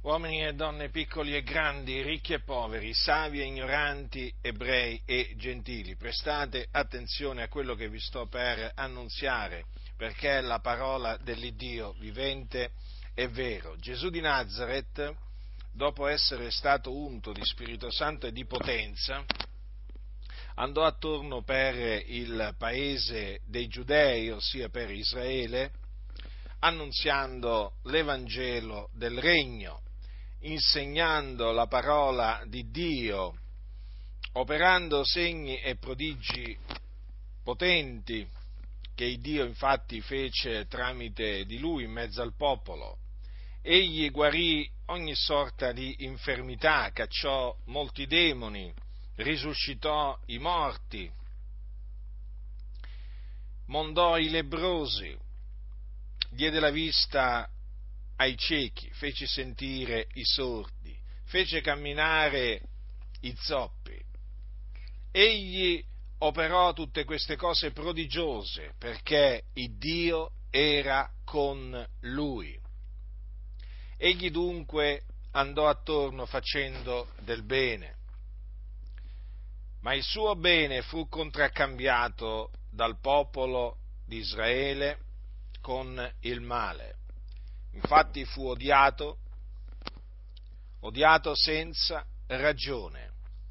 uomini e donne, piccoli e grandi, ricchi e poveri, savi e ignoranti, ebrei e gentili, prestate attenzione a quello che vi sto per annunziare, perché è la parola dell'Iddio vivente e vero. Gesù di Nazaret, dopo essere stato unto di Spirito Santo e di potenza, andò attorno per il paese dei Giudei, ossia per Israele, annunziando l'Evangelo del Regno, insegnando la parola di Dio, operando segni e prodigi potenti che Dio infatti fece tramite di lui in mezzo al popolo. Egli guarì ogni sorta di infermità, cacciò molti demoni, risuscitò i morti, mondò i lebbrosi, diede la vista ai ciechi, fece sentire i sordi, fece camminare i zoppi. Egli operò tutte queste cose prodigiose perché il Dio era con lui. Egli dunque andò attorno facendo del bene, ma il suo bene fu contraccambiato dal popolo di Israele con il male. Infatti fu odiato senza ragione.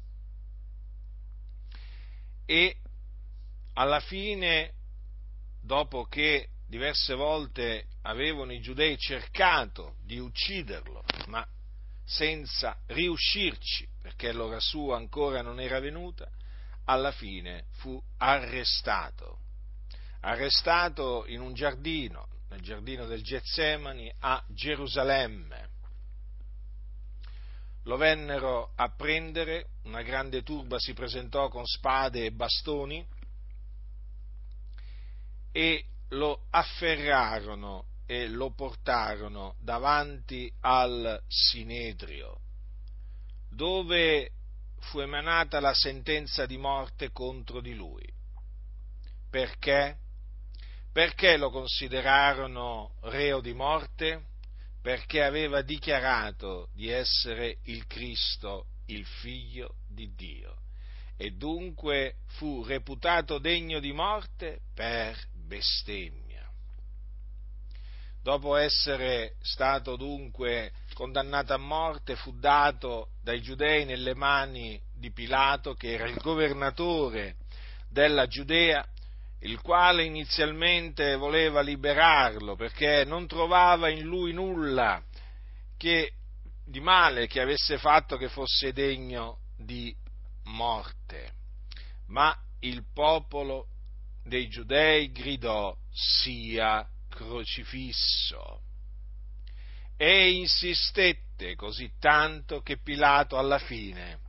E alla fine, dopo che diverse volte avevano i giudei cercato di ucciderlo, ma senza riuscirci, perché l'ora sua ancora non era venuta, alla fine fu arrestato in un giardino, nel giardino del Getsemani a Gerusalemme. Lo vennero a prendere, una grande turba si presentò con spade e bastoni e lo afferrarono e lo portarono davanti al Sinedrio, dove fu emanata la sentenza di morte contro di lui. Perché? Perché lo considerarono reo di morte? Perché aveva dichiarato di essere il Cristo, il Figlio di Dio, e dunque fu reputato degno di morte per bestemmia. Dopo essere stato dunque condannato a morte, fu dato dai giudei nelle mani di Pilato, che era il governatore della Giudea, il quale inizialmente voleva liberarlo perché non trovava in lui nulla di male che avesse fatto che fosse degno di morte. Ma il popolo dei Giudei gridò: sia crocifisso, e insistette così tanto che Pilato alla fine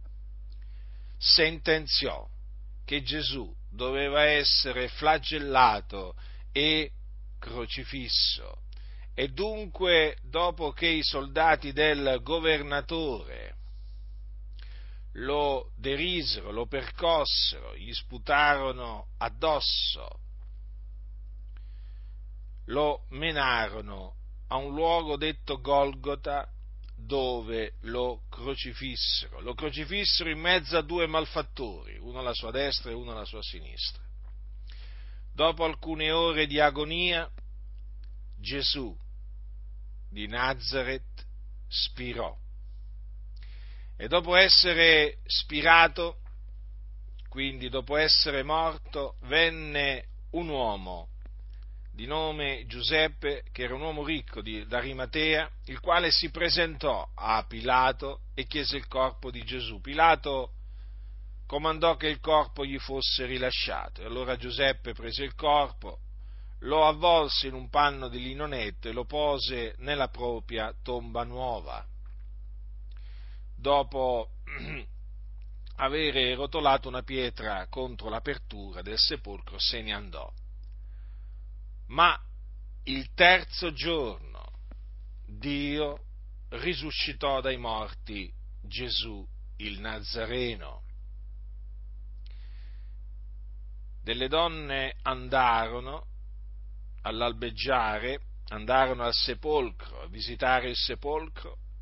sentenziò che Gesù doveva essere flagellato e crocifisso. E dunque, dopo che i soldati del governatore lo derisero, lo percossero, gli sputarono addosso, lo menarono a un luogo detto Golgota, dove lo crocifissero in mezzo a due malfattori, uno alla sua destra e uno alla sua sinistra. Dopo alcune ore di agonia, Gesù di Nazaret spirò, e dopo essere spirato, quindi dopo essere morto, venne un uomo di nome Giuseppe, che era un uomo ricco d'Arimatea, il quale si presentò a Pilato e chiese il corpo di Gesù. Pilato comandò che il corpo gli fosse rilasciato, e allora Giuseppe prese il corpo, lo avvolse in un panno di lino netto e lo pose nella propria tomba nuova. Dopo avere rotolato una pietra contro l'apertura del sepolcro, se ne andò. Ma il terzo giorno Dio risuscitò dai morti Gesù il Nazareno. Delle donne andarono all'albeggiare, andarono al sepolcro, a visitare il sepolcro,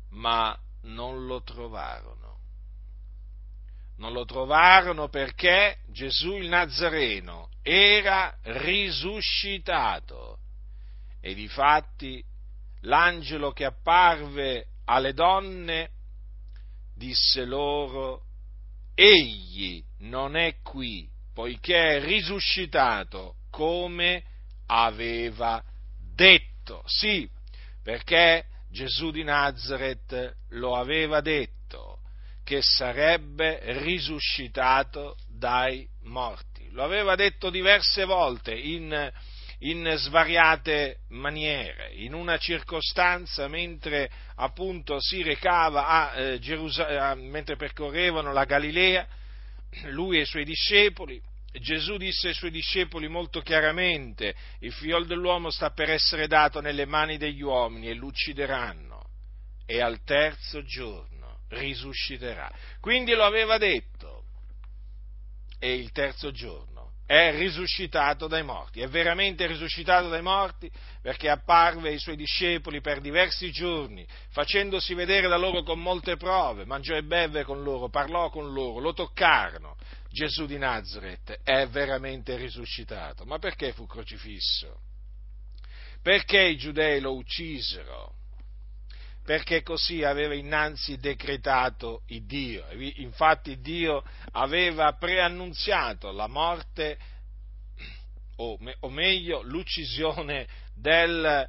ma non lo trovarono. Non lo trovarono perché Gesù il Nazareno era risuscitato. E difatti l'angelo che apparve alle donne disse loro: egli non è qui, poiché è risuscitato come aveva detto. Sì, perché Gesù di Nazaret lo aveva detto, che sarebbe risuscitato dai morti. Lo aveva detto diverse volte in svariate maniere. In una circostanza, mentre appunto si recava a Gerusalemme, mentre percorrevano la Galilea, lui e i suoi discepoli, Gesù disse ai suoi discepoli molto chiaramente: il figlio dell'uomo sta per essere dato nelle mani degli uomini e lo uccideranno, e al terzo giorno risusciterà. Quindi lo aveva detto, e il terzo giorno è risuscitato dai morti. È veramente risuscitato dai morti, perché apparve ai suoi discepoli per diversi giorni, facendosi vedere da loro con molte prove, mangiò e beve con loro, parlò con loro, lo toccarono. Gesù di Nazaret è veramente risuscitato. Ma perché fu crocifisso? Perché i giudei lo uccisero? Perché così aveva innanzi decretato il Dio. Infatti Dio aveva preannunziato la morte, o meglio l'uccisione del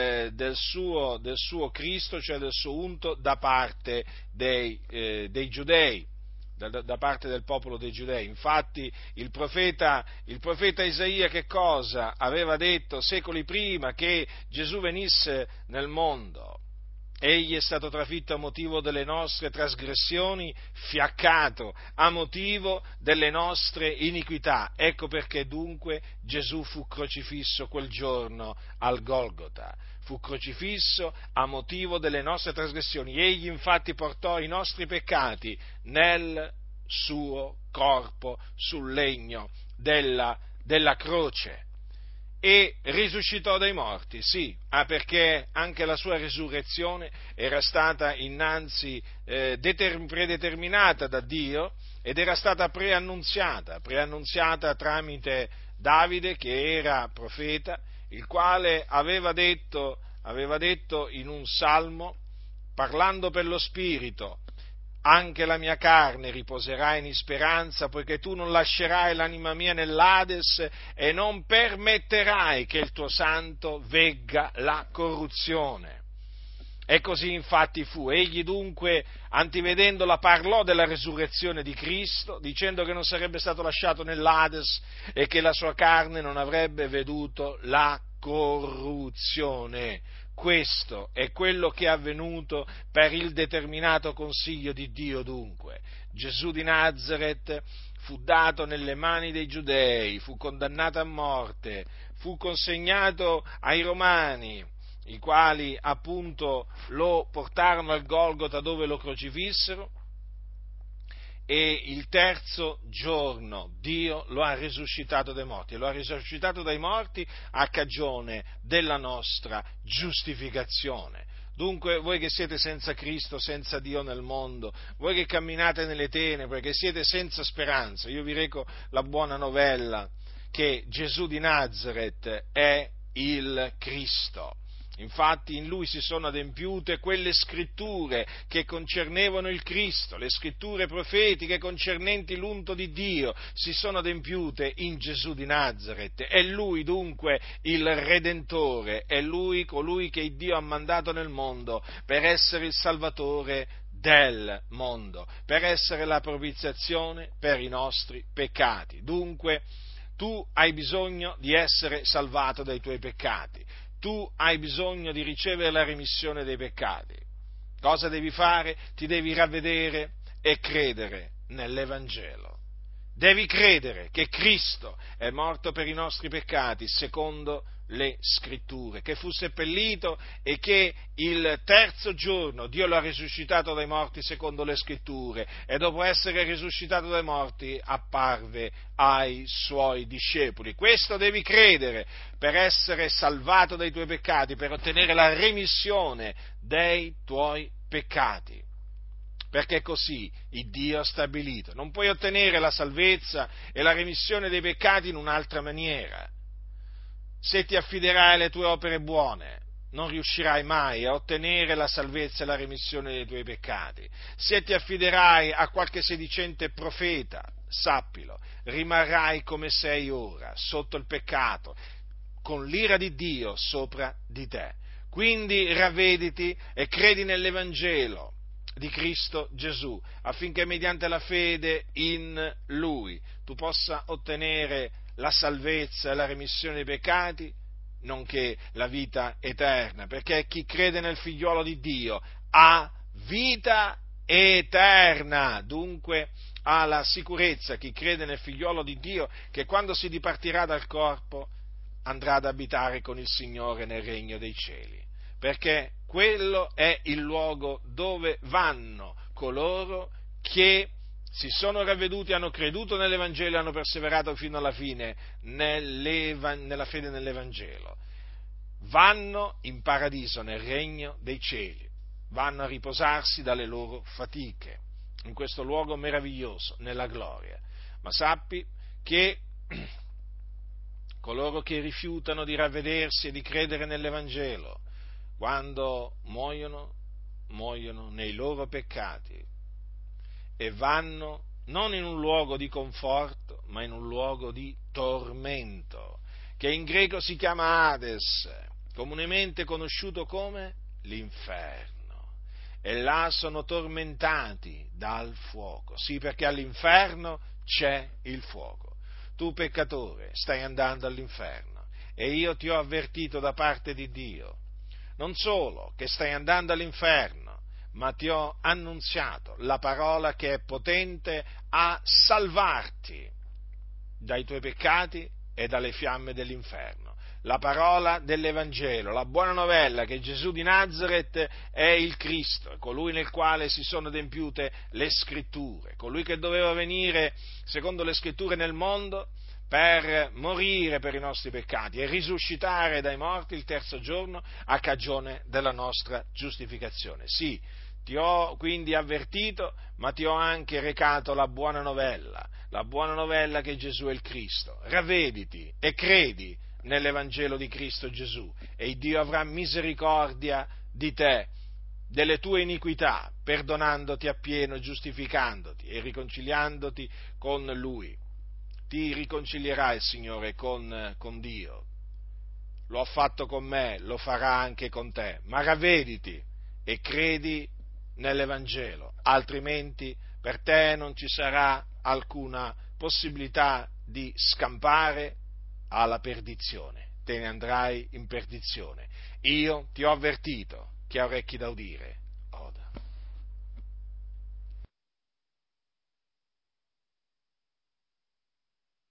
suo Cristo, cioè del suo unto, da parte dei giudei, da parte del popolo dei giudei. Infatti il profeta Isaia che cosa aveva detto secoli prima che Gesù venisse nel mondo? Egli è stato trafitto a motivo delle nostre trasgressioni, fiaccato a motivo delle nostre iniquità. Ecco perché dunque Gesù fu crocifisso quel giorno al Golgota. Fu crocifisso a motivo delle nostre trasgressioni. Egli infatti portò i nostri peccati nel suo corpo sul legno della croce. E risuscitò dai morti, sì, perché anche la sua risurrezione era stata innanzi predeterminata da Dio ed era stata preannunziata tramite Davide, che era profeta, il quale aveva detto in un salmo, parlando per lo Spirito: anche la mia carne riposerà in speranza, poiché tu non lascerai l'anima mia nell'Ades e non permetterai che il tuo santo vegga la corruzione. E così infatti fu. Egli dunque, antivedendola, parlò della resurrezione di Cristo, dicendo che non sarebbe stato lasciato nell'Ades e che la sua carne non avrebbe veduto la corruzione. Questo è quello che è avvenuto per il determinato consiglio di Dio dunque. Gesù di Nazaret fu dato nelle mani dei giudei, fu condannato a morte, fu consegnato ai Romani, i quali appunto lo portarono al Golgota dove lo crocifissero, e il terzo giorno Dio lo ha risuscitato dai morti, e lo ha risuscitato dai morti a cagione della nostra giustificazione. Dunque, voi che siete senza Cristo, senza Dio nel mondo, voi che camminate nelle tenebre, che siete senza speranza, io vi reco la buona novella che Gesù di Nazaret è il Cristo. Infatti in lui si sono adempiute quelle scritture che concernevano il Cristo, le scritture profetiche concernenti l'unto di Dio si sono adempiute in Gesù di Nazaret. È lui dunque il Redentore, è lui colui che Dio ha mandato nel mondo per essere il Salvatore del mondo, per essere la propiziazione per i nostri peccati. Dunque tu hai bisogno di essere salvato dai tuoi peccati. Tu hai bisogno di ricevere la remissione dei peccati. Cosa devi fare? Ti devi ravvedere e credere nell'Evangelo. Devi credere che Cristo è morto per i nostri peccati secondo le Scritture, che fu seppellito e che il terzo giorno Dio lo ha risuscitato dai morti secondo le Scritture, e dopo essere risuscitato dai morti apparve ai suoi discepoli. Questo devi credere per essere salvato dai tuoi peccati, per ottenere la remissione dei tuoi peccati, perché così il Dio ha stabilito. Non puoi ottenere la salvezza e la remissione dei peccati in un'altra maniera. Se ti affiderai alle tue opere buone, non riuscirai mai a ottenere la salvezza e la remissione dei tuoi peccati. Se ti affiderai a qualche sedicente profeta, sappilo, rimarrai come sei ora, sotto il peccato, con l'ira di Dio sopra di te. Quindi ravvediti e credi nell'Evangelo di Cristo Gesù, affinché mediante la fede in Lui tu possa ottenere la salvezza e la remissione dei peccati, nonché la vita eterna, perché chi crede nel Figliolo di Dio ha vita eterna. Dunque ha la sicurezza, chi crede nel Figliolo di Dio, che quando si dipartirà dal corpo andrà ad abitare con il Signore nel regno dei cieli, perché quello è il luogo dove vanno coloro che si sono ravveduti, hanno creduto nell'Evangelo e hanno perseverato fino alla fine nella fede nell'Evangelo. Vanno in paradiso, nel regno dei cieli, vanno a riposarsi dalle loro fatiche, in questo luogo meraviglioso, nella gloria. Ma sappi che coloro che rifiutano di ravvedersi e di credere nell'Evangelo, quando muoiono nei loro peccati e vanno non in un luogo di conforto, ma in un luogo di tormento, che in greco si chiama Hades, comunemente conosciuto come l'inferno. E là sono tormentati dal fuoco. Sì, perché all'inferno c'è il fuoco. Tu, peccatore, stai andando all'inferno e io ti ho avvertito da parte di Dio. Non solo che stai andando all'inferno, ma ti ho annunziato la parola che è potente a salvarti dai tuoi peccati e dalle fiamme dell'inferno. La parola dell'Evangelo, la buona novella che Gesù di Nazaret è il Cristo, colui nel quale si sono adempiute le Scritture, colui che doveva venire secondo le Scritture nel mondo per morire per i nostri peccati e risuscitare dai morti il terzo giorno a cagione della nostra giustificazione. Sì, ti ho quindi avvertito, ma ti ho anche recato la buona novella che Gesù è il Cristo. Ravvediti e credi nell'Evangelo di Cristo Gesù e Dio avrà misericordia di te, delle tue iniquità, perdonandoti appieno, giustificandoti e riconciliandoti con Lui. Ti riconcilierà il Signore con Dio. Lo ha fatto con me, lo farà anche con te. Ma ravvediti e credi nell'Evangelo, altrimenti per te non ci sarà alcuna possibilità di scampare alla perdizione. Te ne andrai in perdizione. Io ti ho avvertito, chi ha orecchi da udire